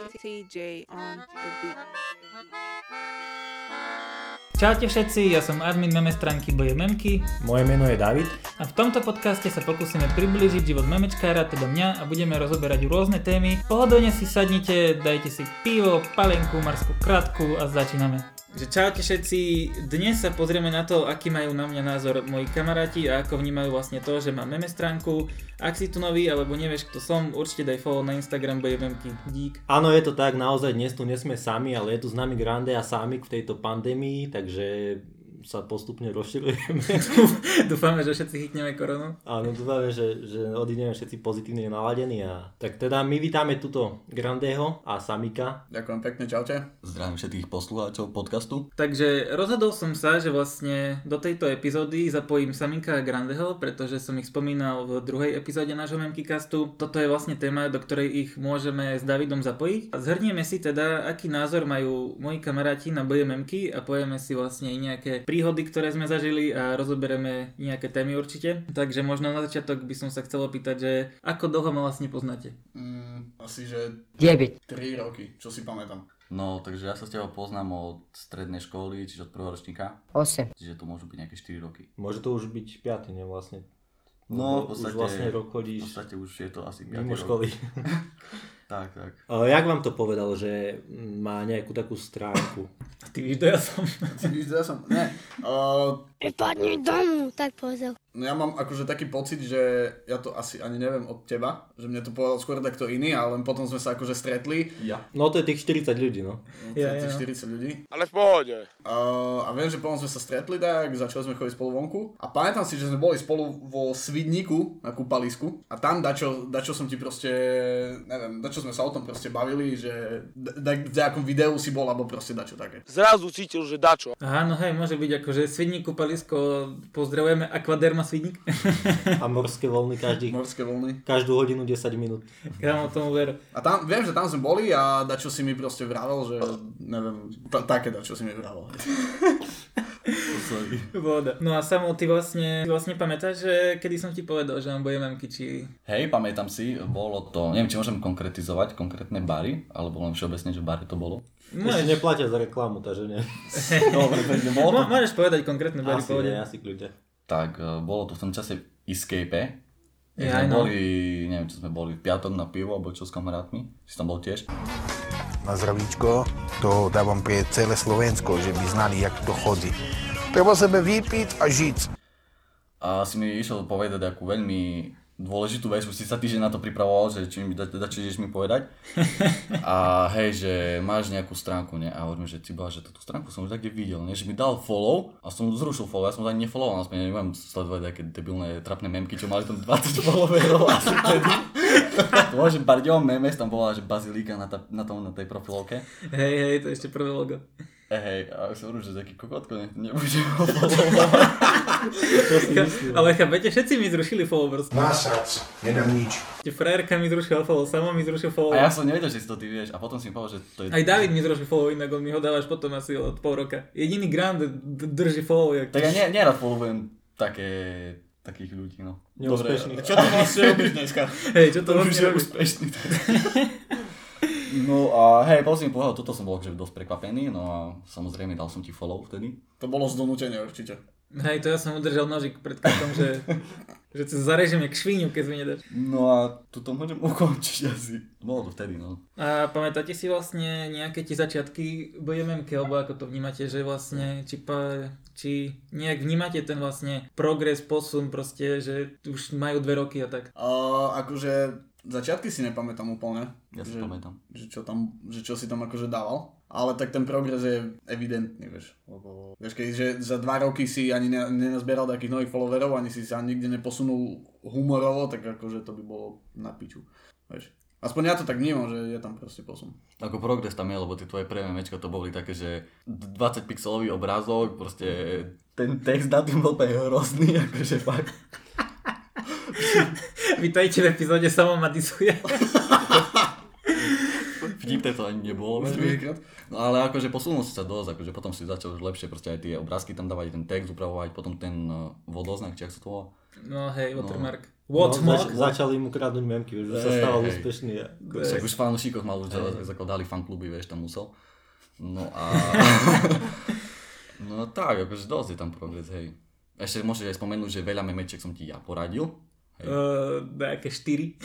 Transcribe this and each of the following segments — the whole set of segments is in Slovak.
TJ on the beat. Čaute všetci, ja som admin meme stránky Boje Memky. Moje meno je David. A v tomto podcaste sa pokúsime priblížiť život memečkára, teda mňa, a budeme rozoberať rôzne témy. Pohodlne si sadnite, dajte si pivo, palenku, marskú kratku a začíname. Čaute všetci, dnes sa pozrieme na to, aký majú na mňa názor moji kamaráti a ako vnímajú vlastne to, že mám meme stránku. Ak si tu nový alebo nevieš kto som, určite daj follow na Instagram Boje Memky. Dík. Áno, je to tak, naozaj dnes tu nesme sami, ale je tu s nami Grande a Samik v tejto pandémii, takže sa postupne rozširujeme. Dúfame, že všetci chytneme koronu. Áno, dúfame, že odídeme všetci pozitívne naladení. Tak teda my vítame tuto Grandeho a Samika. Ďakujem pekne, čaute. Zdravím všetkých poslucháčov podcastu. Takže rozhodol som sa, že vlastne do tejto epizódy zapojím Samika a Grandeho, pretože som ich spomínal v druhej epizóde nášho Memkycastu. Toto je vlastne téma, do ktorej ich môžeme s Davidom zapojiť. A zhrnieme si teda, aký názor majú moji kamaráti na Boje Memky a povieme si vlastne nejaké príhody, ktoré sme zažili a rozoberieme nejaké témy určite. Takže možno na začiatok by som sa chcel opýtať, že ako dlho ma vlastne poznáte? Asi, že 9. 3 roky, čo si pamätám. No, takže ja sa s tebou poznám od strednej školy, čiže od prvého ročníka. 8. Čiže to môžu byť nejaké 4 roky. Môže to už byť 5, ne vlastne? No, v podstate, už vlastne rok chodíš v podstate už je to asi 5 mimo rok. školy. Tak. Jak vám to povedal, že má nejakú takú stránku? A ty víš, to ja som. Ne. Vypadni domu, tak povedal. No ja mám akože taký pocit, že ja to asi ani neviem od teba, že mne to povedal skôr takto iný, ale len potom sme sa akože stretli. No to je tých 40 ľudí, no. Ja. 40 ľudí. Ale v pohode. A viem, že potom sme sa stretli, tak začali sme chodiť spolu vonku. A pamätám si, že sme boli spolu vo Svidníku na kúpalisku. A tam dačo som ti proste, neviem, dačo sme sa o tom proste bavili, že v nejakom videu si bol, alebo proste dačo také. Zrazu cítil, že dačo. Aha, no hej, môže byť akože Svidník, kúpalisko, pozdravujeme Aquaderma Svidník. A morské vlny každú hodinu 10 minút. Kámo, tomu ver. A tam, viem, že tam sme boli a dačo si mi proste vravel, že neviem, také dačo si mi vravel. Voda. No a Samo, ty vlastne pamätáš, že kedy som ti povedal, že mám Boje Memky, či... Hej, pamätám si, bolo to, neviem, či môžem konkretizovať konkrétne bary, alebo len všeobecne, že bary to bolo. Ešte neplatia za reklamu, takže nie. Dobre, bolo to... Môžeš povedať konkrétne bary, povede. Asi kľudia. Tak, bolo to v tom čase Escape. Ja, Sme boli, neviem, čo sme boli v piatok na pivo, alebo čo s kamarátmi, si tam bol tiež. Na zdravíčko, to dávam pre celé Slovensko, že by znali, jak to chodí. Treba sebe vypiť a žiť. A si mi išiel povedať akú veľmi dôležitú vec, už si sa týždeň na to pripravoval, že či ideš mi povedať. A hej, že máš nejakú stránku, ne? A hovorím, že ciba, že túto stránku som už takde videl, ne? Že mi dal follow a som zrušil follow, ja som ani nefollowoval, aspoň neviem sledovať také debilné trapné memky, čo mali tam 20 followerov asi vtedy. Môžem pardon, memes, tam bola, že bazilika na tej profilovke. Hej, to je ešte prvé logo. Hej, a som hovoril, že taký kokotko, nebudem ho followovať. Ale chápete, všetci mi zrušili followers. Násac, nedám nič. Frajerka mi zrušil follow, Samo mi zrušil follow. A ja som nevedel, že si to ty vieš, a potom si mi povedal, že to je... Aj David mi zrušil follow, inak on mi ho dávaš potom asi od pol roka. Jediný Grande drží follow. Tak ja nerad followujem takých ľudí, no. Neúspešných. Čo to vlastne robíš dneska? Hej, čo to vlastne robíš? Úspešný. No a hej, potom si mi povedal, toto som bol dosť prekvapený, no a samozrejme dal som ti follow vtedy. To bolo z donútenia určite. Hej, to ja som udržal nožik pred kartom, že sa zarežem jak švíňu, keď mi nedáš. No a tuto môžem ukončiť asi. Bolo to vtedy, no. A pamätáte si vlastne nejaké tie začiatky Boje Memky, alebo ako to vnímate, že vlastne, či nejak vnímate ten vlastne progres, posun proste, že už majú 2 roky a tak? Akože začiatky si nepamätám úplne. Ja si pamätám. Že čo si tam akože dával. Ale tak ten progres je evidentný, vieš. Lebo, vieš, keďže za 2 roky si ani nenazbieral takých nových followerov, ani si sa nikde neposunul humorovo, tak akože to by bolo na piču, vieš. Aspoň ja to tak vnímam, že je tam proste posun. Ako progres tam je, lebo tie tvoje prvé memečka to boli také, že 20 pixelový obrázok, proste ten text na tým bol hrozný, akože fakt. Vítajte v epizóde Samomatizuje. Vtip to ani nebolo. Už druhýkrát. No ale akože posunul si sa dosť, akože potom si začal už lepšie proste aj tie obrázky tam dávať, ten text upravovať, potom ten vodoznak, či ak sa to volá. No hej, watermark. Začali mu kradnúť memky, už sa stával úspešný. Však už fanúšikov mal, už zakladali fankluby, vieš, tam musel. No a... no tak, akože dosť je tam progres, hej. Ešte môžeš aj spomenúť, že veľa memečiek som ti ja poradil. Nejaké 4.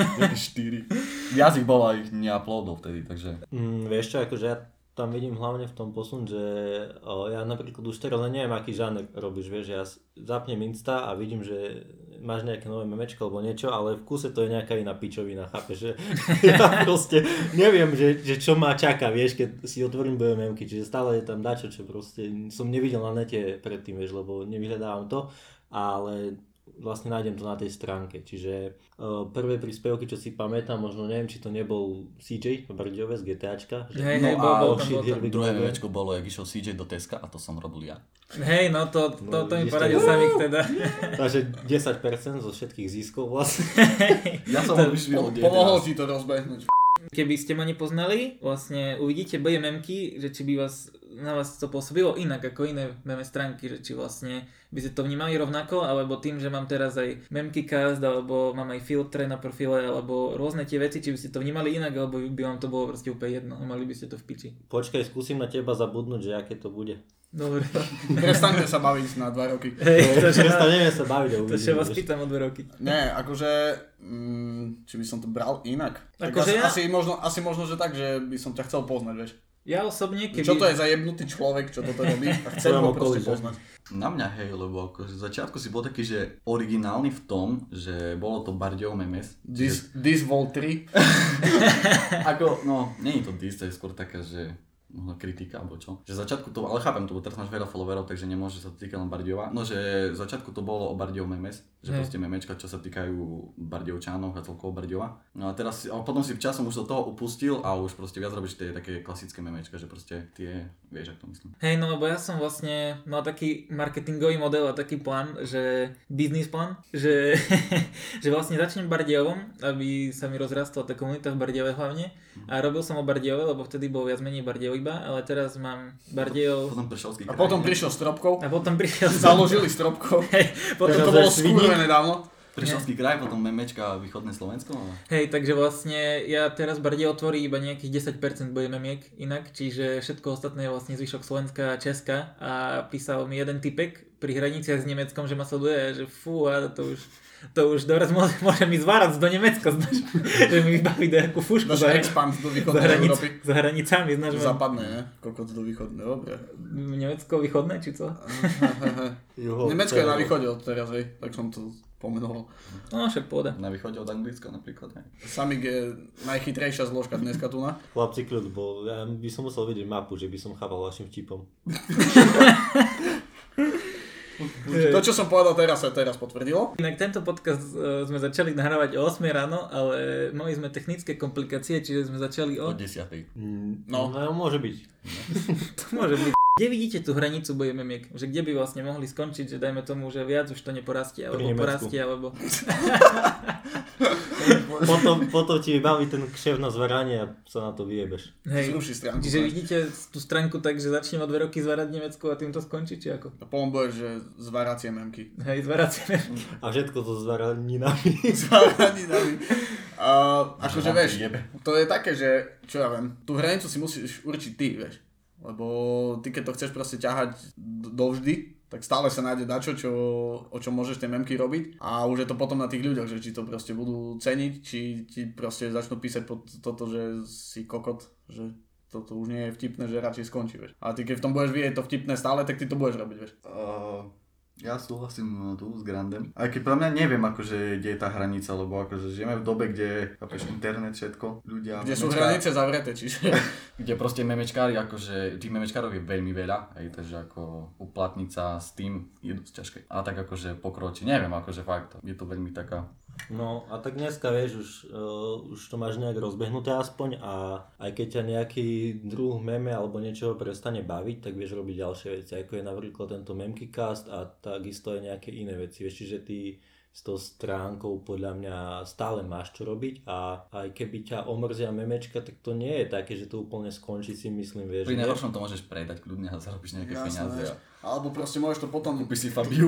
4. Viac ich bolo, ich neuploadol vtedy, takže... Vieš čo, akože ja tam vidím hlavne v tom posun, že ja napríklad už teraz neviem, aký žáner robíš, vieš, ja zapnem Insta a vidím, že máš nejaké nové memečko alebo niečo, ale v kuse to je nejaká iná pičovina, chápeš, že ja proste neviem, že čo ma čaká, vieš, keď si otvorím memky, čiže stále je tam dačo, čo proste som nevidel na nete predtým, vieš, lebo nevyhľadávam to, ale vlastne nájdem to na tej stránke, čiže prvé príspevky, čo si pamätám, možno neviem, či to nebol CJ Bardiové z GTAčka. Hej, bol tam. Druhé memečko bolo, jak išiel CJ do Teska a to som robil ja. Hej, no to mi poradil Samik teda. Takže 10% zo všetkých ziskov vlastne. Ja som ho vyšvil. Pomohol ti to rozbehnúť. Keby ste ma nepoznali, vlastne uvidíte memky, že či by na vás to pôsobilo inak ako iné meme stránky, že či vlastne by ste to vnímali rovnako, alebo tým, že mám teraz aj memkicast, alebo mám aj filtre na profile, alebo rôzne tie veci, či by ste to vnímali inak, alebo by vám to bolo proste úplne jedno, mali by ste to v piči. Počkaj, skúsim na teba zabudnúť, že aké to bude. Dobre. Prestaňme sa baviť na 2 roky. Prestaneme sa baviť a uvidíme. To sa vás pýtam o 2 roky. Nie, akože, či by som to bral inak. Akože asi možno, že tak, že by som ťa chcel poznať, vieš. Ja osobne, keby... Čo to je za jebnutý človek, čo toto robí a chcem ho proste poznať. Na mňa hej, lebo akože v začiatku si bol taký, že originálny v tom, že bolo to Bardejov memes. This Vol 3. Ako, no, nie je to diss, to je skôr taká, že možno kritika, alebo čo. Že v začiatku to, ale chápem to, bo teraz máš veľa followerov, takže nemôže sa to týkať len Bardejova. No, že v začiatku to bolo o Bardejov memes, že proste memečka, čo sa týkajú Bardejovčanov a celkovo Bardejova. No a teraz, a potom si časom už do toho upustil a už proste viac robíš tie také klasické memečka, že proste tie, vieš, ak to myslím. Hej, no lebo ja som vlastne mal taký marketingový model a taký plán, že business plán, že vlastne začnem Bardejovom, aby sa mi rozrastla tá komunita v Bardejove hlavne. A robil som o Bardejove, lebo vtedy bol viac menej Bardejov iba, ale teraz mám Bardejov. A potom prišiel Stropkov. Založili Stropkov. Hej, potom to bolo skúrvené dávno. Prešovský kraj, potom memečka východné Slovensko. Hej, takže vlastne ja teraz Bardejov tvorí iba nejakých 10% bude memiek inak, čiže všetko ostatné je vlastne zvyšok Slovenska a Česka a písal mi jeden typek pri hraniciach s Nemeckom, že ma sleduje, že fú, a to už doraz môžem ísť zvárať do Nemecka, že mi vybaví nejakú fúšku za expand do východnej Európy. Za hranicami, znaš. Západné, ne? Kokot do východnej, dobre. Nemecko východné, či co? Nemecko je na východe od teraz, hej, tak som to pomenoval. No, však pôjde. Na východe od Anglicka napríklad, hej. Samik je najchytrejšia zložka dneska tu na. Chlapci kľud, bo ja by som musel vidieť mapu, že by som chápal vašim vtipom. To, čo som povedal teraz, sa teraz potvrdilo. Inak tento podcast sme začali nahrávať o 8 ráno, ale mali sme technické komplikácie, čiže sme začali o 10. No, môže byť. To môže byť. Kde vidíte tú hranicu memiek? Že kde by vlastne mohli skončiť, že dajme tomu, že viac už to neporastie, alebo porastie, alebo... Potom ti vybaví ten kšev na zvaranie a sa na to vyjebeš. Hej, stránku, čiže vidíte tú stránku tak, že začnem o 2 roky zvárať Nemecku a tým to skončí, či ako? A potom budeš, že zváracie memky. Hej, zváracie memky. A všetko to zváraninami. Zváraninami. Akože vieš, to je také, že, čo ja viem, tú hranicu si musíš určiť ty, vieš. Lebo ty, keď to chceš proste ťahať dovždy, tak stále sa nájde dačo, o čom môžeš tie memky robiť a už je to potom na tých ľuďoch, že či to proste budú ceniť, či ti proste začnú písať pod toto, že si kokot, že toto už nie je vtipné, že radšej skončí, vieš. A ty keď v tom budeš vidieť to vtipné stále, tak ty to budeš robiť, vieš. Ja súhlasím tu s Grandem. Aj keď pre mňa neviem, akože, kde je tá hranica, lebo akože žijeme v dobe, kde internet, všetko, ľudia... Kde sú hranice zavreté, čiže... Kde proste memečkári, akože, tých memečkárov je veľmi veľa, aj takže ako uplatniť sa s tým je dosť ťažké. A tak akože pokročí, neviem, akože fakt, je to veľmi taká... No a tak dneska vieš, už to máš nejak rozbehnuté aspoň a aj keď ťa nejaký druh meme alebo niečoho prestane baviť, tak vieš robiť ďalšie veci, ako je napríklad tento memkicast a takisto aj nejaké iné veci. Vieš, čiže ty s tou stránkou podľa mňa stále máš čo robiť a aj keby ťa omrzia memečka, tak to nie je také, že to úplne skončí, si myslím, vieš. Pri najhoršom to môžeš predať kľudne a zarobíš nejaké peniaze. Alebo proste môžeš to potom... Kúpiš si Fabiu.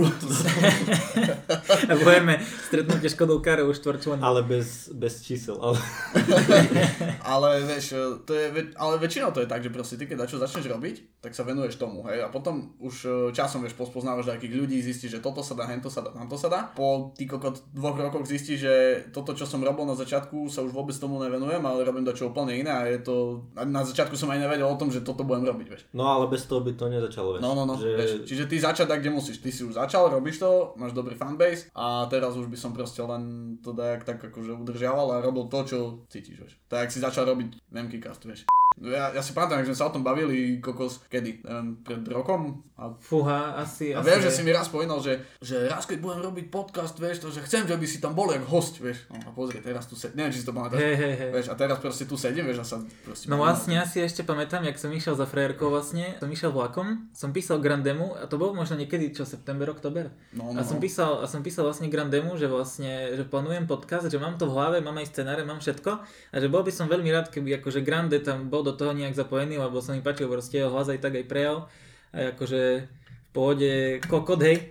A budeme stretnutie Škodou Karou štvorčlennou. Ale bez čísel. Ale vieš, ale väčšinou to je tak, že proste ty keď dačo začneš robiť, tak sa venuješ tomu, hej, a potom už časom vieš, poznávaš nejakých ľudí, zistíš, že toto sa dá, hento sa dá, tamto sa dá. Po ty kokot 2 rokoch zistíš, že toto, čo som robil na začiatku, sa už vôbec tomu nevenujem, ale robím dačo úplne iné a je to... Na začiatku som aj nevedel o tom, že toto budem robiť, vieš. No ale bez toho by to nezačalo, vieš. No, že... Čiže ty začať tak, kde musíš. Ty si už začal, robíš to, máš dobrý fanbase a teraz už by som proste len to tak akože udržiaval a robil to, čo cítiš, vieš. Tak si začal robiť Memkicast, vieš. Ja si pamätám, že sme sa o tom bavili kokos kedy? Pred rokom? Fúha, asi. A viem, že si mi raz povedal, že raz keď budem robiť podcast, vieš, to, že chcem, že by si tam bol jak host, vieš. No a pozri, teraz tu sedím, neviem, či si to pamätáš. Vieš, a teraz proste tu sedím, vieš, a sa proste... No vlastne ja si ešte pamätám, jak som išiel za frajerkou vlastne, som išiel vlakom, som písal Grandemu a to bolo možno niekedy, september, október. A som písal vlastne Grandemu, že vlastne, že plánujem podcast, že mám to v hlave, mám aj scenáre, mám všetko a že bol by som veľmi rád, keby akože Grande tam bol do toho nejak zapojený, lebo sa mi páčil proste jeho hlas aj tak aj prejav. A akože v pohode kokot, hej.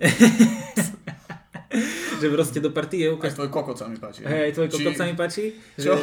Že proste do partie Aj tvoj kokot sa mi páči. Hej, tvoj kokot sa mi páči. Čo?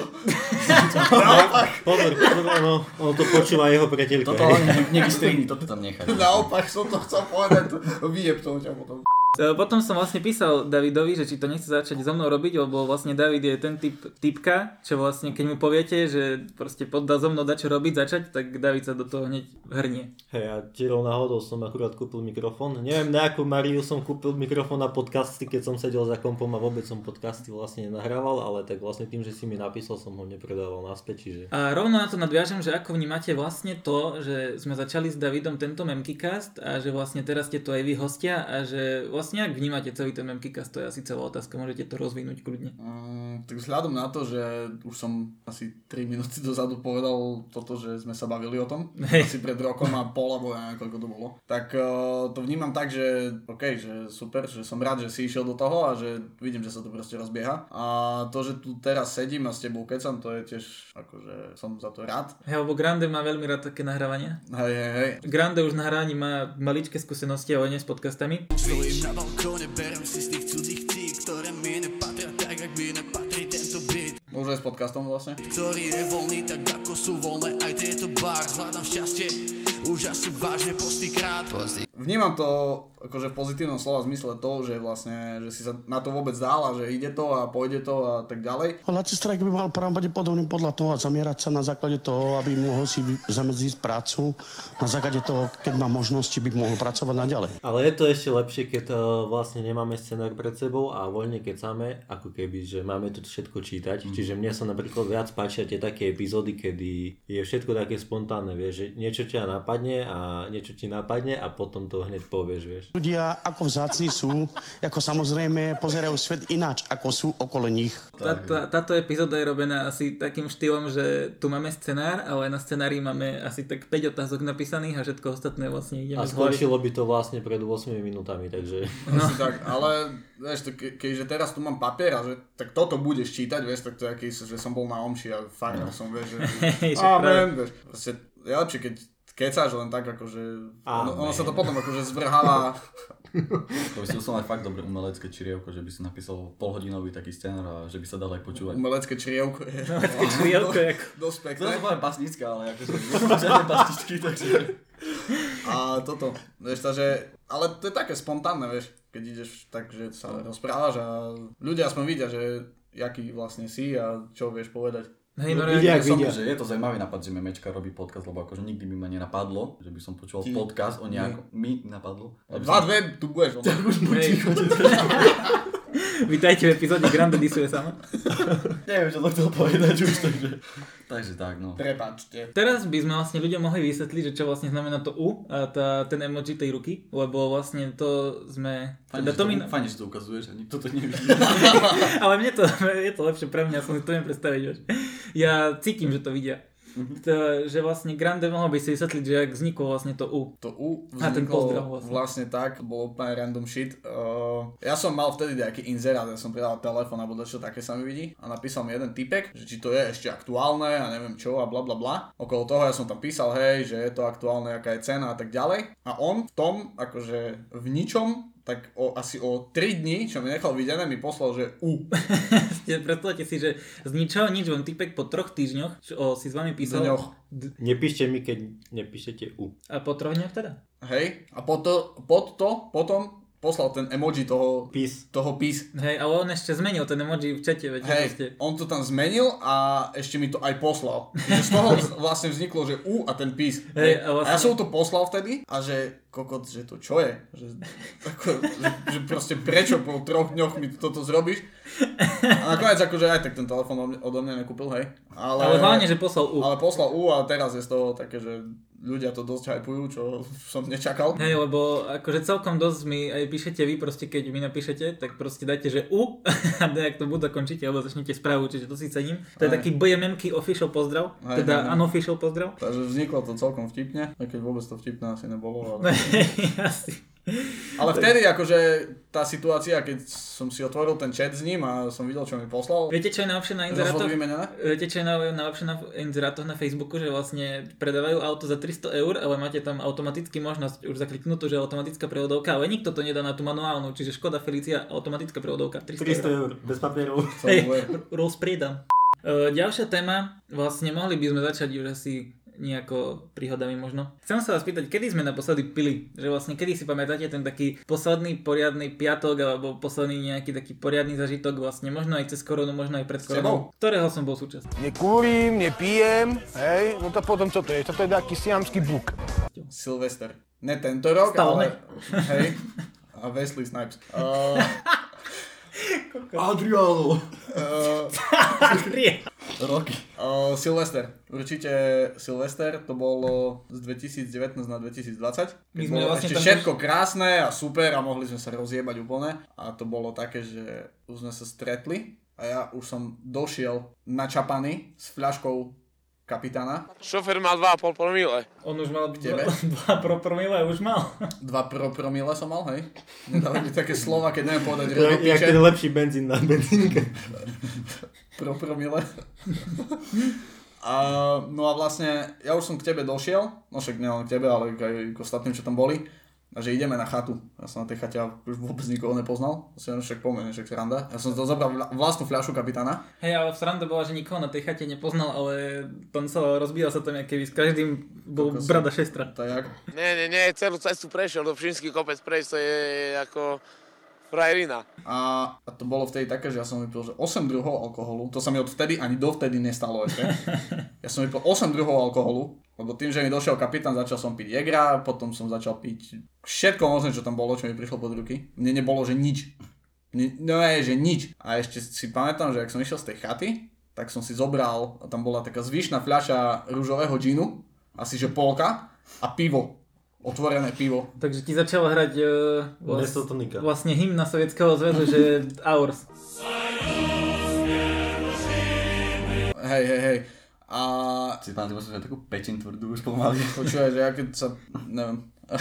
Pozor, ono to počúva jeho priateľka. Toto nevystríni, toto tam nechaj. Naopak som to chcel povedať, vyjeb to ťa potom. Potom som vlastne písal Davidovi, že či to nechce začať so mnou robiť, lebo vlastne David je ten typka, čo vlastne keď mu poviete, že proste poddá so mnou dať čo robiť, začať, tak David sa do toho hneď hrnie. Hej, a tiež náhodou som akurát kúpil mikrofón. Neviem, na akú Mariu som kúpil mikrofón na podcasty, keď som sedel za kompom a vôbec som podcasty vlastne nenahrával, ale tak vlastne tým, že si mi napísal, som ho nepredával naspäť, čiže... A rovno na to nadviažem, že ako vnímate vlastne to, že sme začali s Davidom tento Memkicast a že vlastne teraz ste to aj vy hostia a že vlastne ak vnímate celý ten Memkicast, to je asi celá otázka, môžete to rozvinúť kľudne. Tak vzhľadom na to, že už som asi 3 minúty dozadu povedal toto, že sme sa bavili o tom, asi pred rokom a pol, alebo ja neviem, koľko to bolo, tak to vnímam tak, že OK, že super, že som rád, že si išiel do toho a že vidím, že sa to proste rozbieha. A to, že tu teraz sedím a s tebou kecam, to je tiež, akože som za to rád. Hej, lebo Grande má veľmi rád také nahrávania. Hej. Grande už nahrávaní má maličké skúsenosti, ale nie s podcastami. Stojím na balkóne, berem si z tých cudzích cík, ktoré mi nepatria tak, ak mi nepatrí tento beat. Už aj s podcastom vlastne. Ktorý je voľný, tak ako sú voľné aj tieto bar. Hľadám šťastie, už asi vážne postýkrát. Vnímam to akože v pozitívnom slova zmysle to, že vlastne, že si sa na to vôbec dal a že ide to a pôjde to a tak ďalej. Laci Strike by mal pravdepodobne podľa toho a zamierať sa na základe toho, aby mohol si zamedziť prácu. Na základe toho, keď má možnosti, by mohol pracovať naďalej. Ale je to ešte lepšie, keď vlastne nemáme scenár pred sebou a voľne kecáme, ako keby, že máme to všetko čítať. Čiže mne sa napríklad viac páčia tie také epizódy, kedy je všetko také spontánne, vieš, že niečo ťa napadne a niečo ti napadne a potom to hneď povieš, vieš. Ľudia ako vzácni sú, ako samozrejme pozerajú svet ináč, ako sú okolo nich. Táto epizóda je robená asi takým štýlom, že tu máme scenár, ale na scenári máme asi tak 5 otázok napísaných a všetko ostatné vlastne ideme zhľadiť. A skončilo by to vlastne pred 8 minútami, takže... No. Tak, ale vieš, keďže teraz tu mám papier a že tak toto budeš čítať, vieš, tak to je aký, že som bol na omši a fakt som, vieš, že... Amen, vieš. Proste je lepšie, keď kecáš len tak, akože... Ono sa to potom akože zvrháva. Povystil som aj fakt dobré umelecké čirievko, že by si napísal polhodinový taký scénar a že by sa dal aj počúvať. Umelecké čirievko je... Umelecké čirievko je... Dosť pekné. To poviem pasnícka, ale akože žiadne pastičky, takže... A toto, vieš, takže... Ale to je také spontánne, vieš, keď ideš tak, že sa rozprávaš a ľudia aspoň vidia, že jaký vlastne si a čo vieš povedať. Hej, no vidia, že je to zaujímavý nápad, že Memečka robí podcast, lebo akože nikdy by ma nenapadlo, že by som počúval podcast o nejakom... Mi napadlo. 2-2, tu budeš. Vítajte v epizóde Grande disuje sama. Neviem, čo to chcel povedať už, takže tak, no. Prepáčte. Teraz by sme vlastne ľuďom mohli vysvetliť, že čo vlastne znamená to U a ten emoji tej ruky, lebo vlastne to sme... Fajne, že to ukazuješ a nikto to nevidí. Ale mne to je to lepšie pre mňa, som si to neviem predstaviť. Ja cítim, že to vidia. že vlastne Grande mohol by si vysvetliť, že ak vzniklo vlastne to U. To U ten pozdrav vzniklo vlastne tak, bolo úplne random shit. Ja som mal vtedy nejaký inzerát, ja som pridal telefón alebo čo také sa mi vidí a napísal mi jeden typek, že či to je ešte aktuálne a neviem čo a bla bla bla. Okolo toho ja som tam písal, hej, že je to aktuálne, aká je cena a tak ďalej. A on v tom, akože v ničom, tak asi o 3 dní, čo mi nechal videné, mi poslal, že U. Predstavte si, že z ničoho nič vám typek po 3 týždňoch, čo si s vami písal. Nepíšte mi, keď nepíšete U. A po 3 dňoch teda? Hej, a potom poslal ten emoji toho pís. Hej, ale on ešte zmenil ten emoji v čete. Hej, on to tam zmenil a ešte mi to aj poslal. Čiže z toho vlastne vzniklo, že U a ten pís. Hej, a ja som to poslal vtedy a že kokot, že to čo je? Že proste prečo po 3 dňoch mi toto zrobíš? A nakoniec akože aj tak ten telefón odo mňa nekúpil, hej. Ale hlavne, že poslal U. Ale poslal U a teraz je z toho také, že ľudia to dosť hypujú, čo som nečakal. Hej, lebo akože celkom dosť mi aj píšete vy, proste keď mi napíšete, tak proste dajte, že U a nejak to buď dokončíte, alebo začnete správu, čiže to si cením. To je taký BMMky official pozdrav, teda unofficial pozdrav. Takže vzniklo to celkom vtipne, aj keď vôbec to vtipné asi nebolo. Ale... Asi. Ale vtedy akože tá situácia, keď som si otvoril ten chat s ním a som videl, čo mi poslal. Viete, čo je najlepšie na inzerátoch? Viete, čo je najlepšie na inzerátoch na Facebooku, že vlastne predávajú auto za 300 €, ale máte tam automaticky možnosť už zakliknutú, že automatická prevodovka, ale nikto to nedá na tú manuálnu, čiže Škoda Felicia automatická prevodovka 300 € bez papierov. Hej, rozpriedam. Ďalšia téma, vlastne mohli by sme začať už asi nejako príhodami možno. Chcem sa vás pýtať, kedy sme naposledy pili? Že vlastne kedy si pamätáte ten taký posledný poriadny piatok alebo posledný nejaký taký poriadny zažitok vlastne možno aj cez koronu, možno aj pred koronou, ktorého som bol súčasť. Nekúrim, nepijem, hej, no to potom čo to je? Toto je taký siamský buk. Silvester. Ne tento rok, ale hej. A Wesley Snipes. Adriano. Roky. Silvester. Určite Silvester, to bolo z 2019 na 2020. My sme vlastne ešte všetko krásne a super a mohli sme sa rozjebať úplne. A to bolo také, že už sme sa stretli a ja už som došiel načapaný s fľaškou kapitána. Šofer mal 2,5 promile. On už mal 2 promile, už mal. 2 promile som mal, hej? Nedávaj mi také slova, keď neviem povedať. Jak ten lepší benzín na benzínke. Promile. No a vlastne, ja už som k tebe došiel, no však nielen k tebe, ale aj k ostatným, čo tam boli. A že ideme na chatu. Ja som na tej chate už vôbec nikoho nepoznal. Však pomene, však sranda. Ja som to zobral vlastnú fľašu kapitána. Hej, ale sranda bola, že nikoho na tej chate nepoznal, ale tam sa rozbíjal sa tam keby s každým bol brada šestra. To jak? Nie, celú cestu prešiel, do Všinský kopec prejsť, to je ako frajerina. A to bolo vtedy také, že ja som vypil, že 8 druhov alkoholu. To sa mi odvtedy ani dovtedy nestalo ešte. Ja som vypil 8 druhov alkoholu. Lebo tým, že mi došiel kapitán, začal som piť Jägra, potom som začal piť všetko možné, čo tam bolo, čo mi prišlo pod ruky. Mne nebolo, že nič. Že nič. A ešte si pamätám, že ak som išiel z tej chaty, tak som si zobral, a tam bola taká zvyšná fľaša rúžového džinu, asi že polka, a pivo. Otvorené pivo. Takže ti začal hrať vlastne hymna Sovietskeho zväzu, že Aurs. Hej. A... Si pán, ty musíš takú pečin tvrdú už pomaly. Počúvaj, že ja keď sa, neviem,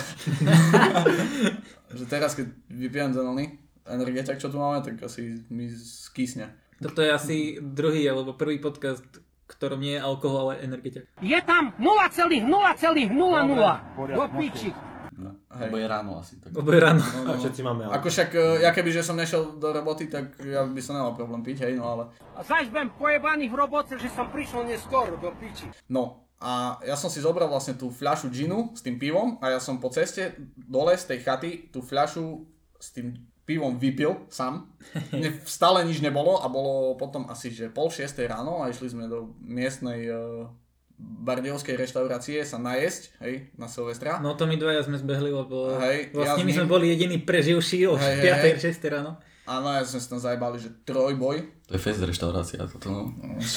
že teraz keď vypijem ten energetiak, čo tu máme, tak asi mi skysne. Toto je asi druhý alebo prvý podcast, ktorom nie je alkohol, ale energetiak. Je tam 0,0,00 do piči. No, lebo je ráno asi. Tak. Lebo je ráno. No. Všetci máme alkohol. Ako však, ja keby, že som nešiel do roboty, tak ja by som nemal problém piť, hej, no ale... A zaś bym pojebaný v roboce, že som prišiel neskoro do piči. No, a ja som si zobral vlastne tú fľašu džinu s tým pivom a ja som po ceste dole z tej chaty tú fľašu s tým pivom vypil sám. Stále nič nebolo a bolo potom asi, že 5:30 ráno a išli sme do miestnej... bardejovskej reštaurácie sa najesť, hej, na Silvestra. No to my dvaja sme zbehli, lebo vlastne my sme boli jediní preživší o 5:00-6:00 ráno. Áno, ja sme si tam zajebali, že trojboj. To je fest reštaurácia, toto no.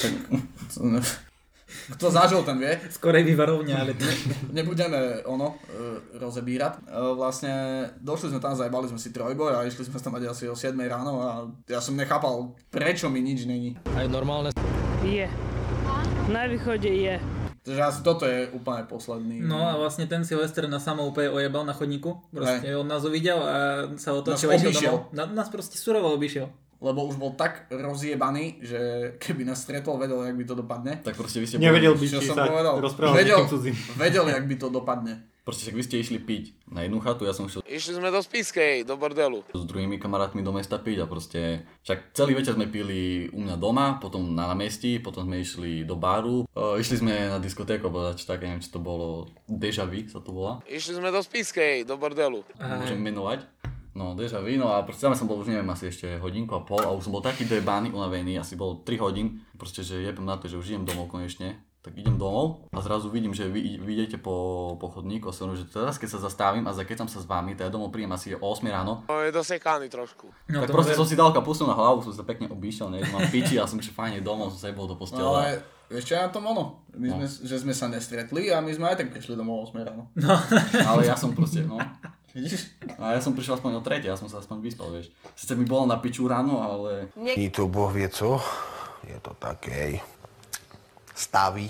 Kto zažil, ten vie. Skorej vyvarovňa, ale nebudeme rozebírať. Vlastne došli sme tam, zajebali sme si trojboj a išli sme tam asi o 7:00 ráno a ja som nechápal, prečo mi nič není. Aj normálne? Je. Na východe je. Takže asi toto je úplne posledný. No a vlastne ten Silvester nás samo úplne ojebal na chodníku. Proste on nás uvidel a sa otočil a išiel domov. Nás proste surovo obišiel. Lebo už bol tak rozjebaný, že keby nás stretol, vedel, jak by to dopadne. Tak proste vy ste... Nevedel by čo si som sa rozprávať povedal. s cudzím. Vedel, jak by to dopadne. Proste však vy ste išli piť na jednu chatu, ja som šiel Išli sme do Spiskej, do bordelu. s druhými kamarátmi do mesta piť a proste... Však celý večer sme pili u mňa doma, potom na námestí, potom sme išli do baru. Išli sme na diskotéku, alebo čo také, neviem, či to bolo Deja Vu sa to volá. Išli sme do Spiskej, do bordelu. Môžem menovať. No, Deja Vu, no a proste tam som bol už neviem, asi ešte hodinku a pol a už som bol taký dojebány, unavený, asi bol 3 hodín. Proste, že jebem na to, že už idem domov konečne. Tak idem domov a zrazu vidím, že vy idete po chodníku a som, že teraz keď sa zastavím a keď som sa s vami, tak ja domov príjem asi o 8 ráno. Je dosekaný trošku. No, tak proste som si dal kapustu na hlavu, som sa pekne obíšiel, mám piči a som že fajne domov, som sa jebol do postele. No, ale vieš čo je na tom ono? Že sme sa nestretli a my sme aj tak prišli domov o 8 ráno. No. Ale ja som proste, no. Vidíš? A ja som prišiel aspoň o 3, ja som sa aspoň vyspal, vieš. Sice mi bolo na piču ráno, ale... I to Boh vie co, je to také stavy,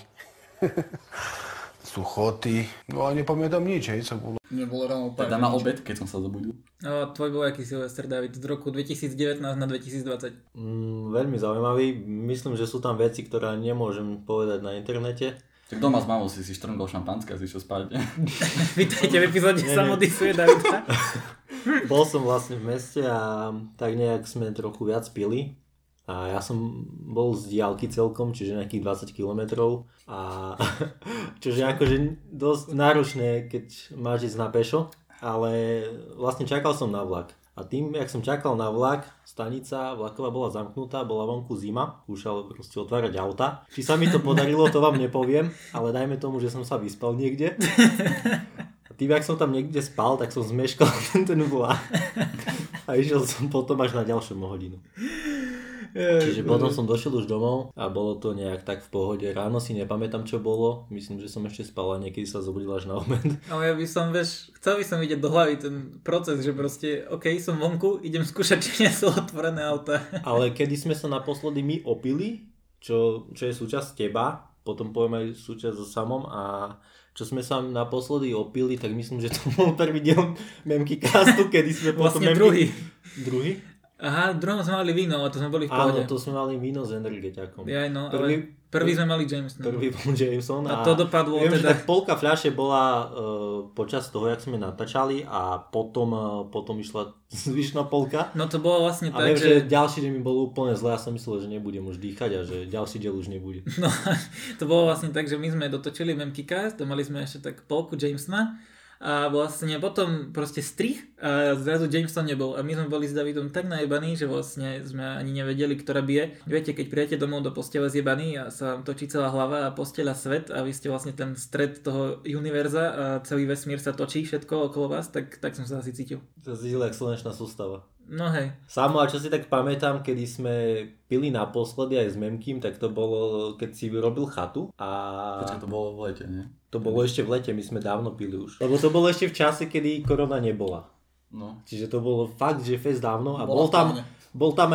suchoty, no ale nepamätám nič, hej, co bolo. Nebolo ráno Teda na obed, keď som sa zobudil. A tvoj bol aký Silvester, David, z roku 2019 na 2020? Veľmi zaujímavý, myslím, že sú tam veci, ktoré nemôžem povedať na internete. Tak doma s mamou si štrngol šampanské a si išiel spať. Vítajte v epizóde Samodisuje Davida. Bol som vlastne v meste a tak nejak sme trochu viac pili. A ja som bol z diaľky celkom, čiže nejakých 20 kilometrov. A čože akože dosť náročné, keď máš ísť na pešo. Ale vlastne čakal som na vlak. A tým, jak som čakal na vlak, stanica vlaková bola zamknutá, bola vonku zima, skúšal proste otvárať auta. Či sa mi to podarilo, to vám nepoviem, ale dajme tomu, že som sa vyspal niekde. A tým, jak som tam niekde spal, tak som zmeškal ten vlak. A išiel som potom až na ďalšiu hodinu. Čiže potom som došiel už domov a bolo to nejak tak v pohode. Ráno si nepamätám, čo bolo. Myslím, že som ešte spal a niekedy sa zobudil až na obed. Ale ja by som, chcel by som vidieť do hlavy ten proces, že proste, OK, som vonku, idem skúšať, či nie sú otvorené auta. Ale kedy sme sa naposledy my opili, čo je súčasť teba, potom poviem aj súčasť so Samom a čo sme sa naposledy opili, tak myslím, že to bol prvý diel Memky castu, kedy sme potom... Vlastne druhý. Druhý? Aha, v druhom sme mali víno, a to sme boli v pohode. Áno, to sme mali víno s energetiakom. Ja, no, prvý sme mali Jameson. Prvý bol Jameson a to dopadlo viem, teda... že tak polka fľaše bola počas toho, jak sme natáčali a potom išla zvyšná polka. No to bolo vlastne tak, že... ďalší deň mi bolo úplne zle, ja som myslel, že nebudem už dýchať a že ďalší diel už nebude. No, to bolo vlastne tak, že my sme dotočili Memkicast, mali sme ešte tak polku Jamesona. A vlastne potom proste strih a zrazu Jameson nebol a my sme boli s Davidom tak najebaní, že vlastne sme ani nevedeli, ktorá bije. Viete, keď prijete domov do postele zjebaní a sa vám točí celá hlava a posteľa svet a vy ste vlastne ten stred toho univerza a celý vesmír sa točí všetko okolo vás, tak som sa asi cítil. To cítil jak slnečná sústava. No hej. Samo, a čo si tak pamätám, kedy sme pili naposledy aj s Memkým, tak to bolo, keď si vyrobil chatu a... Počkaj, to bolo v lete, nie? To bolo ešte v lete, my sme dávno pili už. Lebo to bolo ešte v čase, kedy korona nebola. No. Čiže to bolo fakt, že fest dávno a bol tam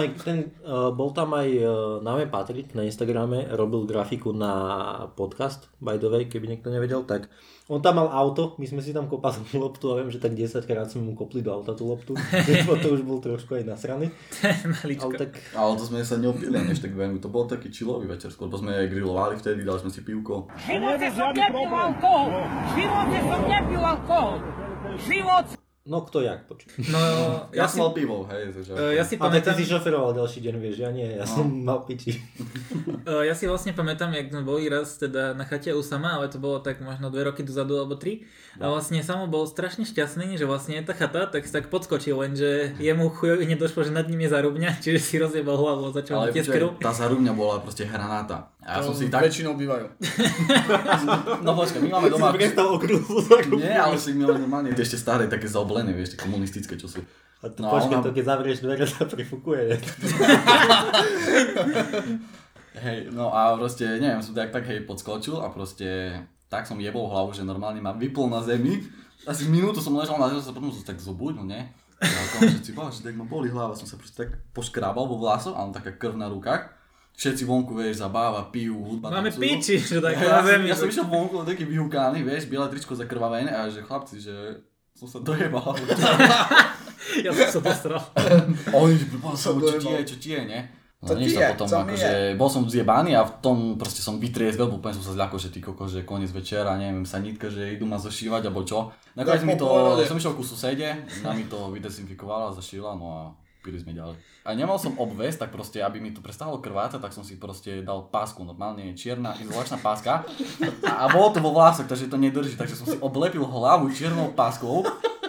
aj náme Patrik na Instagrame, robil grafiku na podcast, by the way, keby niekto nevedel, tak on tam mal auto, my sme si tam kopali loptu a viem, že tak 10 krát sme mu kopli do auta tú loptu, to už bol trošku aj nasraný. Ale to sme sa neopili, než tak veľmi, to bol taký chillový večer, skôr sme grilovali vtedy, dali sme si pivko. V živote som nepil alkohol! No kto jak, počuť. No, ja som mal pivo, hej. Ja si pamätám... A ty si šoferoval ďalší deň, vieš, ja nie, ja som mal piči. Ja si vlastne pamätám, jak sme boli raz teda na chate u Sama, ale to bolo tak možno 2 roky dozadu alebo 3. A vlastne Samo bol strašne šťastný, že vlastne je tá chata, tak si tak podskočil, lenže jemu chujovi nedošlo, že nad ním je zarubňa, čiže si rozjebal hlavu a začal ale tieskeru. Tá zarubňa bola proste hranáta. A ja som si tak... Väčšinou bývajú. No počkaj, my máme doma... Si prestal okrúhlu zarubňu. Nie, ale si my máme normálne ešte staré, také zaoblené, vieš, také komunistické, čo sú. A tu počkaj, to keď zavrieš dvere, sa prifukuje. Hej, no a proste, neviem, som tak hej podskočil a proste tak som jebol hlavu, že normálne ma vypol na zemi. Asi minútu som ležal na zemi, sa potom som tak zobudil, ne? Ja že si že tak ma boli hlava, som sa proste tak poškrábal vo vlasoch a mám taká krv na rukách. všetci vonku, vieš, zabáva, pijú, hudba. Máme tancujú. piči, že tak Ja na zemi. som išiel vonku, taký vyhúkaný, vieš, biele tričko zakrvavené a že chlapci, že som sa dojebal. Ja som sa postral. Oni, že čo ti je, nie? No nič sa potom, akože bol som zjebaný a v tom proste som vytriezvel, bo úplne som sa zľakol, že ty koko, že koniec večera, neviem, sanitka, že idú ma zošívať, alebo čo. Nakoniec mi to, som išiel ku susede, ona mi to vydezinfikovala, zašila, no a pili sme ďalej. A nemal som obväz, tak proste, aby mi to prestalo krvácať, tak som si proste dal pásku, normálne čierna izolačná páska a bolo to vo vlásoch, takže to nedrží, takže som si oblepil hlavu čiernou páskou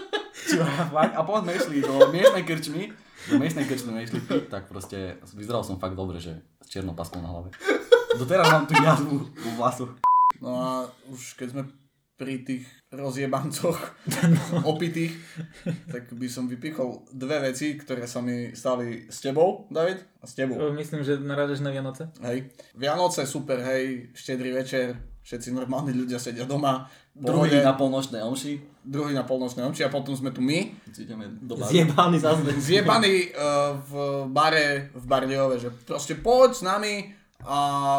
a potom sme išli do miestnej krčmy, sme išli piť, tak proste vyzeral som fakt dobre, že s čiernou páskou na hlave. Doteraz mám tu jazvu vo vlasoch. No a už keď sme pri tých rozjebancoch opitých, tak by som vypichol dve veci, ktoré sa mi stali s tebou, David, a s tebou. Myslím, že narážeš na Vianoce. Hej. Vianoce, super, hej, štedrý večer, všetci normálni ľudia sedia doma. Druhý na polnočnej omši. A potom sme tu my. Zjebaný zase. Zjebaný v bare v Bardejove, že proste poď s nami a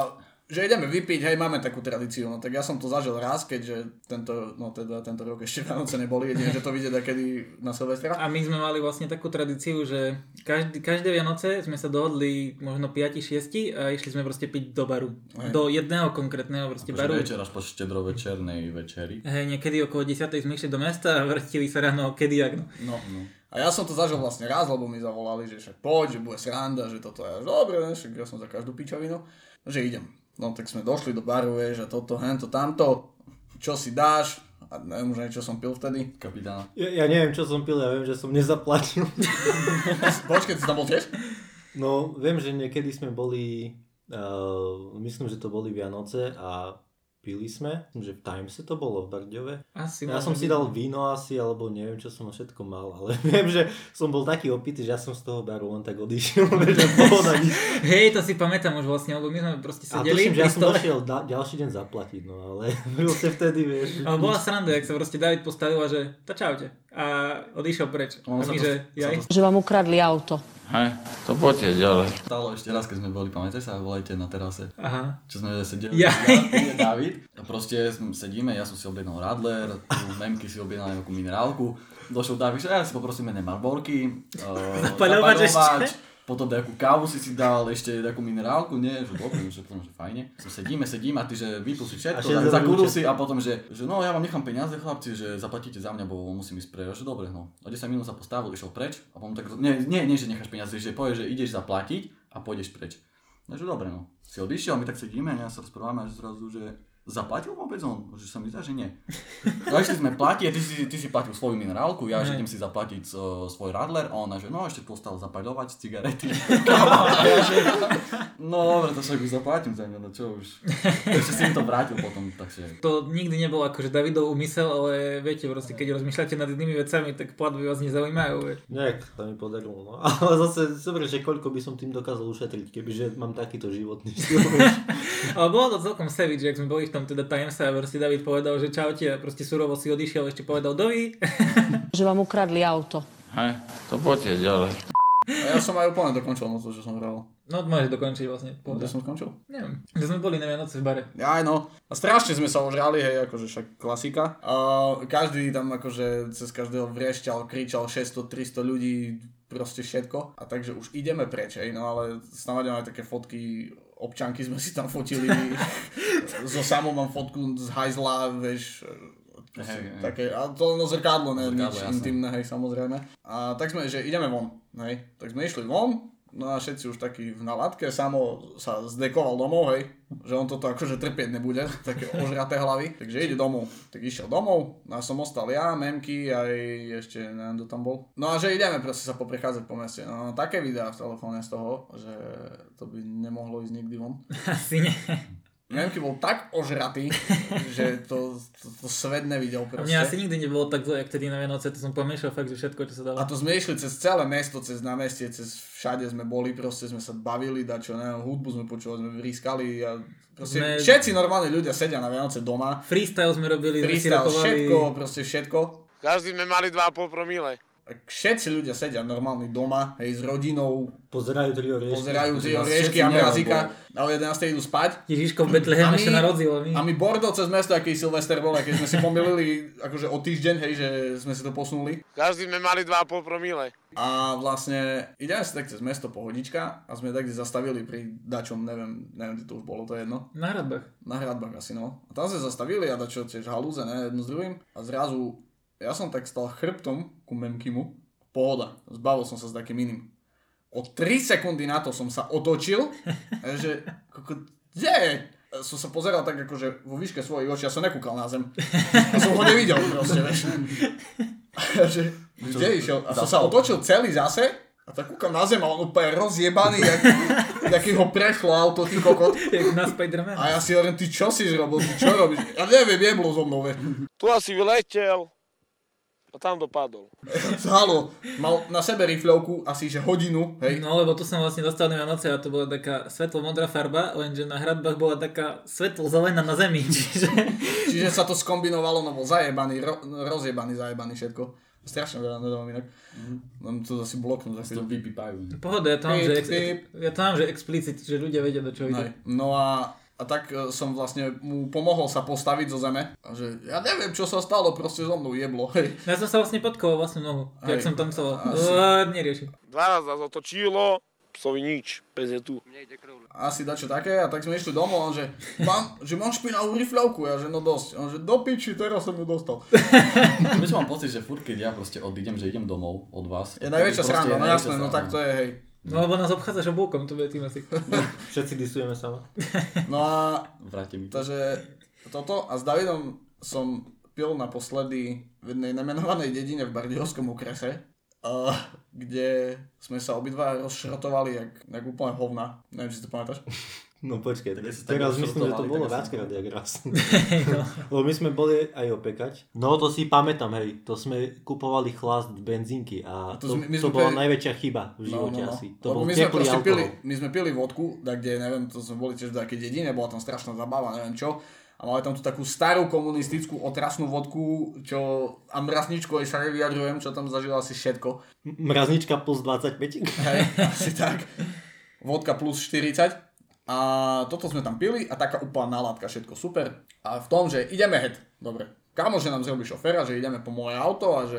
že ideme vypiť, hej, máme takú tradíciu, no tak ja som to zažil raz, keďže tento rok ešte Vianoce neboli, jedine, že to vidieť akedy na Silvestra. A my sme mali vlastne takú tradíciu, že každé Vianoce sme sa dohodli možno 5-6 a išli sme proste piť do baru. Hej. Do jedného konkrétneho proste baru. Večer až po štedrovečernej večeri. Hej, niekedy okolo 10 sme išli do mesta a vrtili sa ráno kedy. No. A ja som to zažil vlastne raz, lebo mi zavolali, že však poď, že bude sranda, že toto je dobre, však ja som za každú pičovinu, že idem. No tak sme došli do baru, vieš, a toto, hento, tamto, čo si dáš, a neviem už čo som pil vtedy. Kapitána. Ja neviem, čo som pil, ja viem, že som nezaplatil. Počkej, ty tam bol tiež? No, viem, že niekedy sme boli, myslím, že to boli Vianoce a pili sme, že v Timese to bolo v Bardejove. Ja som si dal víno asi, alebo neviem, čo som všetko mal, ale viem, že som bol taký opitý, že ja som z toho baru len tak odišiel, že pohoda nič. Hej, to si pamätám už vlastne, lebo my sme proste sedeli. A tuším, že ja som došiel ďalší deň zaplatiť, no ale proste vtedy, vieš. Ale bola sranda, jak sa proste David postavil a že to čaute. A odišiel preč. A my, že jaj. Že vám ukradli auto. Hej, to poďte ďalej. Stalo ešte raz, keď sme boli, pamätáš sa, volajte na terase. Aha. Čo sme sedeli, David. A proste sedíme, ja som si objednal Radler, Memky si objednal nejakú minerálku. Došiel David, že ja si poprosím jedné Marborky, zapaľovač, potom nejakú kávu si dal, ešte nejakú minerálku, nie, že dobre, že potom, že fajne. Sedíme a ty, že vypil si všetko, zakúril si a potom, že no ja vám nechám peniaze, chlapci, že zaplatíte za mňa, bo musím ísť preč, že dobre, no. O 10 minút sa postavil, išiel preč a potom tak, nie, že necháš peniaze, že povieš, že ideš zaplatiť a pôjdeš preč. Takže dobre, no. Si odišiel, my tak sedíme a sa rozprávame a že zrazu, že zaplatil vôbec on? Že sa mi zdá, že nie. No išli sme platiť, ty si platil svoju minerálku, ja ešte idem si zaplatiť svoj Radler a ona, že no ešte postal zapaľovať cigarety. No dobre, to však už zaplatím za mňa, no čo už. Ešte si mi to vrátil potom, takže. To nikdy nebol akože Davidov úmysel, ale viete, proste keď rozmýšľate nad jednými vecami, tak platby vás nezaujímajú. Nie, to mi podarilo, no. Ale zase dobre, že koľko by som tým dokázal ušetriť, kebyže mám takýto životný štýl. Ale bolo to celkom savage, jak sme boli v tom teda Timese a proste David povedal, že čaute a proste surovo si odišiel, ešte povedal dovi. Že vám ukradli auto. Hej, to poďte ďalej. A ja som aj úplne dokončil to, čo som hral. No môžeš dokončiť vlastne. Kde som skončil? Neviem, že sme boli na Vianoce v bare. Aj no, a strašne sme sa ožrali, hej, akože však klasika. A každý tam akože cez každého vrešťal, kričal 600-300 ľudí, proste všetko. A takže už ideme preč, hej, no ale snáď aj také fotky, občanky sme si tam fotili. So samou mám fotku z hajzla, vieš, také, a to no zrkadlo, ne, nič intimné, hej, samozrejme. A tak sme, že ideme von, hej, tak sme išli von, no a všetci už takí v naladke, Samo sa zdekoval domov, hej, že on toto akože trpieť nebude, také ožraté hlavy, takže ide domov. Tak išiel domov, no a som ostal ja, Memky, aj ešte neviem, kto tam bol. No a že ideme proste sa poprechádzať po meste. No také videá v telefóne z toho, že to by nemohlo ísť nikdy von. Asi nie. Memky bol tak ožratý, že to svet nevidel proste. Mne asi nikdy nebolo tak zle, jak tedy na Vianoce, to som pomiešal fakt, že všetko, čo sa dalo. A to sme išli cez celé mesto, cez námestie, cez všade sme boli, proste sme sa bavili, dačo, neviem, hudbu sme počúvali, sme vrískali a proste všetci normálni ľudia sedia na Vianoce doma. Freestyle sme robili, všetko, proste všetko. Každý sme mali 2,5 promile. Všetci ľudia sedia normálne doma, hej, s rodinou. Pozerajú tri oriešky a mrazíka. A o 11. idú spať. Ježiško v Betleheme sa narodilo. A my bordel cez mesto, aký Silvester bol, keď sme si pomýlili akože o týždeň, hej, že sme si to posunuli. Každý sme mali 2,5 promile. A vlastne ideme si tak cez mesto pohodička a sme tak zastavili pri dačom, neviem, či to už bolo, to jedno. Na hradbách asi, no. A tam sme zastavili a dačo tiež halúze, ne, jedno s druhým. A zrazu ja som tak stal chrbtom ku Memkimu. Pohoda, zbavil som sa s takým iným. O 3 sekundy na to som sa otočil, že kde je? Som sa pozeral tak akože vo výške svojich očí, ja som nekúkal na zem. A som ho nevidel proste, vieš. Že, kde išiel? A som sa otočil celý zase a tak kúkam na zem a on úplne rozjebaný, jaký ho prešlo auto, ty kokot. Jak na Spider-Man. A ja si hovorím, ty čo si robil, ty čo robíš? Ja neviem, jeblo so mnou, vieš. Tu asi vyletel. A tam dopadol. Halo, mal na sebe rifľovku asi že hodinu, hej. No lebo tu som vlastne dostal na Vianoce a to bola taká svetlo-modrá farba, lenže na hradbách bola taká svetlo-zelená na zemi. Čiže sa to skombinovalo, no bol zajebaný, zajebaný všetko. Strašne veľa nedávam inak. Mám to asi bloknúť. Asi to vypípajú. Pohoda, ja to mám, že explicit, že ľudia vedia, do čoho ide. No a tak som vlastne mu pomohol sa postaviť zo zeme. A že ja neviem, čo sa stalo, proste so mnou jeblo. Hej. Ja som sa vlastne podkoval vlastnú nohu, jak som tancoval. Neriešim. 2 razy nás otočilo, psovi nič, pes je tu. Asi dačo také a tak sme išli domov, on že mám špinavú rifľovku, ja že no dosť. On že do piči, teraz som ju dostal. Mám pocit, že furt keď ja proste odídem, že idem domov od vás. Je najväčšia sranda, no jasné, no tak to je, hej. No lebo nás obchádzaš obúkom, to bude tým asi. Všetci disujeme sama. No a vrátim. Takže toto a s Davidom som pil naposledy v jednej nemenovanej dedine v Bardejovskom okrese, kde sme sa obidva rozšrotovali jak úplne hovna. Neviem, či si to pamätáš. No počkej, teraz myslím, že to bolo viackrát jak raz. Lebo my sme boli aj opekať. No to si pamätám, hej, to sme kupovali chlast benzínky a to bola najväčšia chyba v živote asi. To bol teplý alkohol. My sme pili vodku, kde neviem, to sme boli tiež v takej dedine, bola tam strašná zabava, neviem čo. A mali tam tú takú starú komunistickú otrasnú vodku, a mrazničku, aj sa nevyjadrujem, čo tam zažil asi všetko. Mraznička plus 25. Hej, asi tak. Vodka plus 40. A toto sme tam pili a taká úplná náládka, všetko super. A v tom, že ideme dobre. Kamoš, že nám zrobí šoféra, že ideme po moje auto a že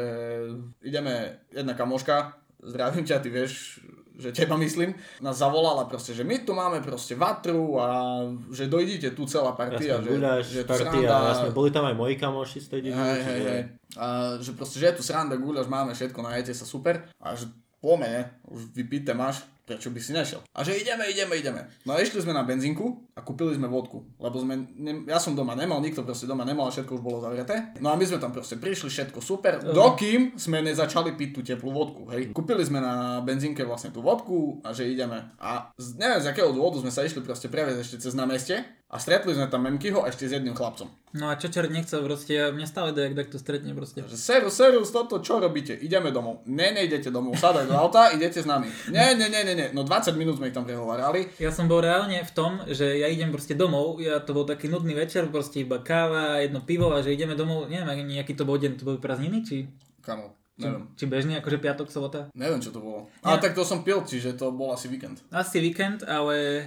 ideme, jedna kamoška, zdravím ťa, ty vieš, že teba myslím, nás zavolala proste, že my tu máme proste vatru a že dojdite tu celá partia. Jasne, guľaš, partia, jasne, boli tam aj moji kamoši z tej dediny. Hej. A že proste, že je tu sranda, guľaš, máme všetko, najete sa super. A že poďme, ne, už vypité máš, prečo by si nešiel? A že ideme. No a išli sme na benzínku a kúpili sme vodku, lebo ja som doma nemal, nikto proste doma nemal a všetko už bolo zavreté. No a my sme tam proste prišli, všetko super, dokým sme nezačali piť tú teplú vodku, hej. Kúpili sme na benzínke vlastne tú vodku a že ideme. A neviem z akého dôvodu sme sa išli proste previesť ešte cez námestie a stretli sme tam Memkyho ešte s jedným chlapcom. No a čo čert nechcel proste, ja mňa stále dajak takto stretne proste. Že serus, toto, čo robíte? Ideme domov. Nejdete domov, sadaj do auta, idete s nami. Nie. No 20 minút sme ich tam prehovárali. Ja som bol reálne v tom, že ja idem proste domov, to bol taký nudný večer, proste iba káva, jedno pivo a že ideme domov, neviem, nejaký to bol deň, to boli prázdniny, či? Kamo, neviem. Či bežný, akože piatok, sobota? Neviem, čo to bolo. Ale tak to som pil, čiže to bol asi víkend. Asi víkend, ale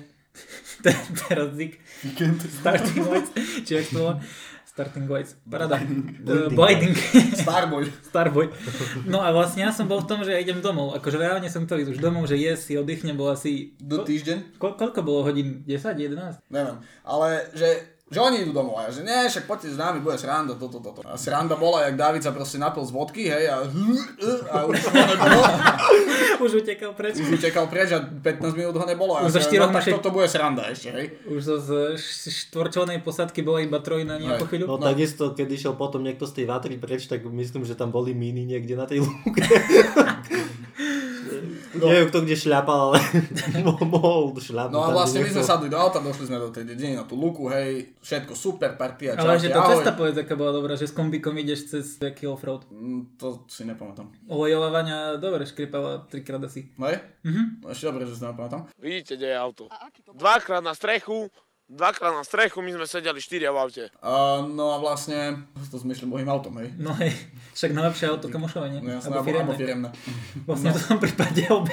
teraz Zik. Víkend. Starting Lights, či jak to bolo? Starting Lights, parada. Blinding. Starboy. No a vlastne ja som bol v tom, že ja idem domov. Akože reálne som to ísť už domov, že si oddychnem, bol asi... Do týždeň? Koľko bolo hodín? 10, 11? Neviem, ale že oni idú domov a ja, že nie, však poďte s nami, bude sranda, toto. A sranda bola, jak Dávid sa proste napil z vodky, hej, a už ho nebolo. Už utekal preč a 15 minút ho nebolo. A už ja, tak toto bude sranda ešte, hej. Už z štvorčlenej posadky bola iba trojna nejakú chvíľu. No takisto, keď išiel potom niekto z tej vatry preč, tak myslím, že tam boli míny niekde na tej lúke. Neviem, kto kde šľapal, ale mohol šľapať. No a vlastne my sme sadli do auta, došli sme do tej dediny na tú luku, hej, všetko super, partia, čau. Ale že tá cesta povedz, aká bola dobrá, že s kombíkom ideš cez taký offroad. To si nepamätám. Olejovania, dobre, škripala 3-krát asi. No je? No ešte dobre, že si nepamätám. Vidíte, kde je auto. Dvakrát na strechu, Dvakrát na strechu, my sme sedeli 4 v aute. No a vlastne, to zmyšľam mojím autom, hej. No hej, však najlepšie auto kamošové, nie? No jasné, alebo firemné. Vlastne v tom prípade obe.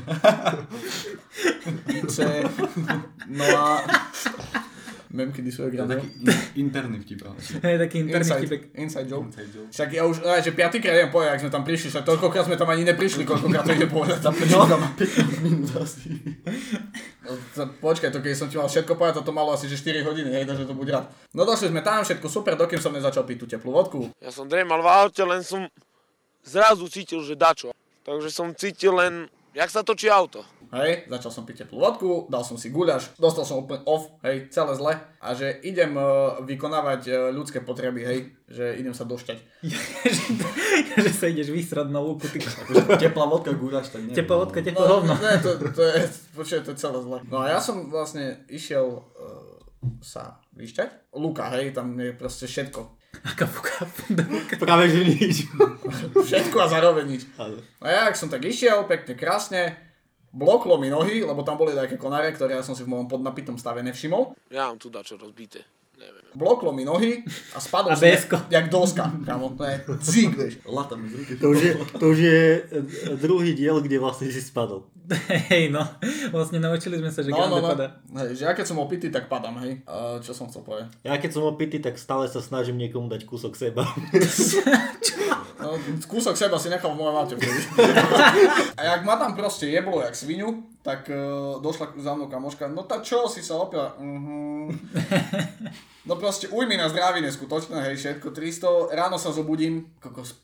No a... Memky, kedy sú Grande Hill. Interný vtip. Hej, taký interný vtipek. Inside joke. Však ja už, že piatýkrát idem povedať, ak sme tam prišli, však toľkokrát sme tam ani neprišli, koľkokrát to ide povedať. Tam počítam 15 minút asi. Počkaj, to keď som ti mal všetko povedať, to malo asi že 4 hodiny, hej, takže to buď rád. No došli sme tam, všetko super, dokým som nezačal piť tú teplú vodku. Ja som dremal v aute, len som zrazu cítil, že dačo. Takže som cítil len, jak sa točí auto. Hej, začal som piť teplú vodku, dal som si guľaš, dostal som úplne off, hej, celé zle. A že idem vykonávať ľudské potreby, hej, že idem sa došťať. Že sa ideš vysrať na lúku, ty. Teplá vodka, guľaš, tak nie. Teplá vodka, teplé hovno. Ne, to je, počujem, to je celé zle. No a ja som vlastne išiel sa vyšťať. Luka, hej, tam je proste všetko. Aká fuka. Práve že nič. Všetko a zároveň nič. A ja, ak som tak išiel, pekne, krásne, bloklo mi nohy, lebo tam boli také konáre, ktoré ja som si v mojom podnapitom stave nevšimol. Ja mám tu dačo rozbité. Neviem. Bloklo mi nohy a spadol som jak doska. Kamo, to je dzik, vieš. Lata mi z ruky. To už je druhý diel, kde vlastne si spadol. Hej, no. Vlastne naučili sme sa, že Grande padá. Hej, že ja keď som opitý, tak padám, hej. Čo som chcel povedať? Ja keď som opitý, tak stále sa snažím niekomu dať kúsok seba. No, kúsok seba si nechal v mojom aute. A jak ma tam proste jeblo jak svinu, tak došla za mnou kamoška, no tá čo si sa opila? No proste ujmi na zdraví neskutočné, hej, všetko 300, ráno sa zobudím, kokos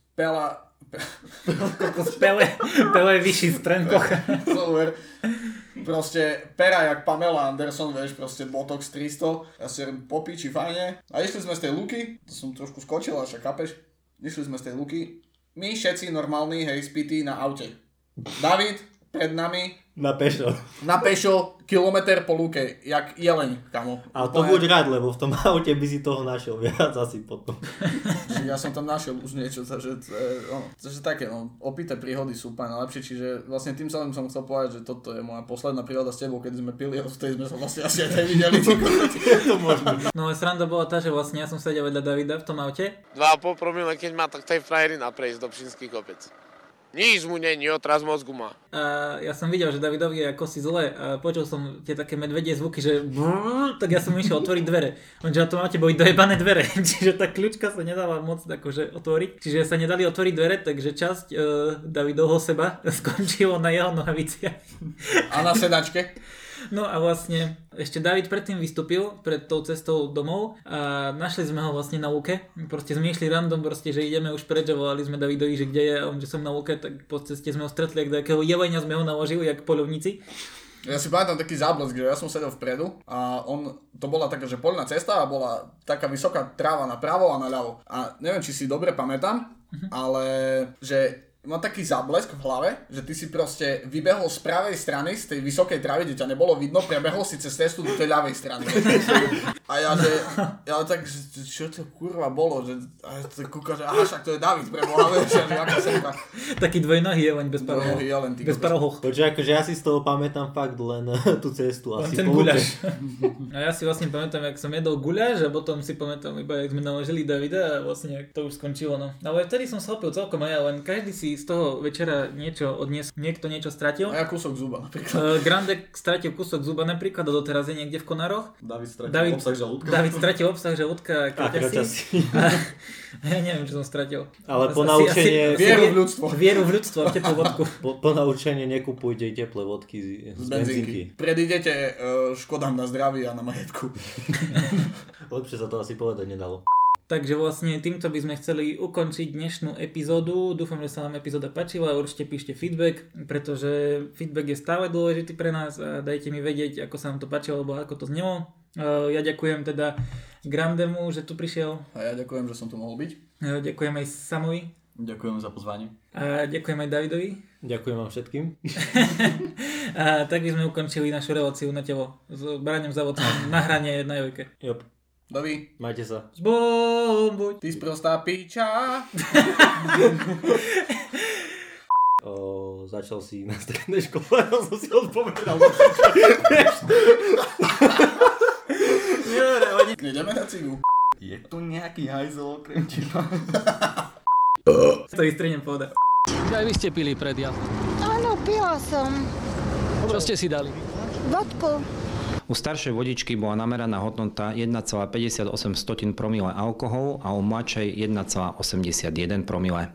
Pele je vyšší z trenkoch. Super. Proste pera jak Pamela Anderson, vieš, proste Botox 300, ja si popíči fajne. A išli sme z tej luky, to som trošku skočil, až chápeš, išli sme z tej luky, my všetci normálni, hej, spití na aute. David pred nami. Na pešo, kilometr po lúke, jak jeleň, kamo. A to buď rád, lebo v tom aute by si toho našiel viac asi potom. Ja som tam našiel už niečo, takže také, opité príhody sú úplne najlepšie, čiže vlastne tým celým som chcel povedať, že toto je moja posledná príhoda s tebou, keď sme pili, a vtedy sme sa vlastne asi aj nevideli. No sranda bola tá, že vlastne ja som sedel vedľa Davida v tom aute. 2,5 promile, keď má, tak tej frajerina prejsť do Pšinský kopec. Nič mu není, otraz mozgu má. A ja som videl, že Davidovi je ako si zle a počul som tie také medvedie zvuky, že tak ja som išiel otvoriť dvere. Lenže na tom aute boli dojebané dvere, čiže tá kľúčka sa nedáva moc akože otvoriť. Čiže sa nedali otvoriť dvere, takže časť Davidovho seba skončilo na jeho nohaviciach. A na sedačke? No a vlastne ešte David predtým vystúpil pred tou cestou domov a našli sme ho vlastne na lúke. Proste sme išli random, proste, že ideme už preč a volali sme Davidovi, že kde je a on, že som na lúke, tak po ceste sme ho stretli, ak do jakého jelenia sme ho naložili, jak poľovníci. Ja si pamätám taký záblesk, že ja som sedel vpredu a to bola taká, že poľná cesta a bola taká vysoká tráva napravo a naľavo. A neviem, či si dobre pamätám, ale že mám taký záblesk v hlave, že ty si proste vybehol z pravej strany, z tej vysokej trávy, kde ťa nebolo vidno, prebehol si cez cestu do tej ľavej strany. A ja tak, čo to kurva bolo, že kúka, že aha, však to je David, preboha, že aká semka. Taký dvojnohý jeleň bez parohoch. Bez parohoch. Počkaj, akože ja si z toho pamätám fakt len tú cestu. Asi ten guľaš. A ja si vlastne pamätám, jak som jedol guľaš a potom si pamätám iba, jak sme naložili Davida a vlastne jak to už skončilo. No. Ale vtedy som sa opil celkom aj ja, len každý si z toho večera niečo odniesol, niekto niečo stratil. A ja kúsok zuba napríklad. Grande stratil kúsok zuba napríklad a doteraz je niekde v konároch. David stratil obsah žalúdka. David stratil obsah žalúdka a kraťasy. Ja neviem, čo som stratil. Ale po naučenie... Vieru v ľudstvo. Vieru v ľudstvo a teplú vodku. Po naučenie nekupujte teplé vodky z benzínky. Predídete škodám na zdraví a na majetku. Lepšie sa to asi povedať nedalo. Takže vlastne týmto by sme chceli ukončiť dnešnú epizódu. Dúfam, že sa vám epizóda páčila. Určite píšte feedback, pretože feedback je stále dôležitý pre nás a dajte mi vedieť, ako sa vám to páčilo, alebo ako to znelo. Ja ďakujem teda Grandemu, že tu prišiel. A ja ďakujem, že som tu mohol byť. Ďakujem aj Samovi. Ďakujem za pozvanie. A ďakujem aj Davidovi. Ďakujem vám všetkým. A tak by sme ukončili našu reláciu na telo s Braňom Závodcom na hranie na Jojke. Jop. Dovi. Majte sa. Zbombuj. Ty sprostá piča. Začal si na strednej škole a som si odpovedal. Ideme na cigu. Je tu nejaký hajzel okrem teba? To vystrihnem povedať. Aj vy ste pili pred jazdou. Áno, pila som. Čo ste si dali? Vodku. U staršej vodičky bola nameraná hodnota 1,58 promile alkoholu a u mladšej 1,81 promile.